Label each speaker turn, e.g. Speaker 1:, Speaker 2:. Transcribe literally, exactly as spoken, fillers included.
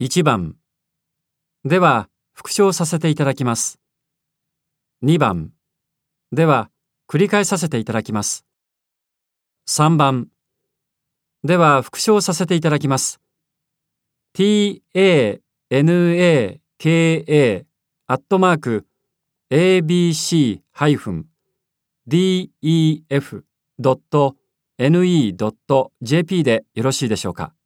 Speaker 1: いちばんでは復唱させていただきます。にばんでは繰り返させていただきます。さんばんでは復唱させていただきます。ティーエーエヌエーケーエー アットマーク エービーシー ディーイーエフ ドット エヌイー ドット ジェーピー でよろしいでしょうか。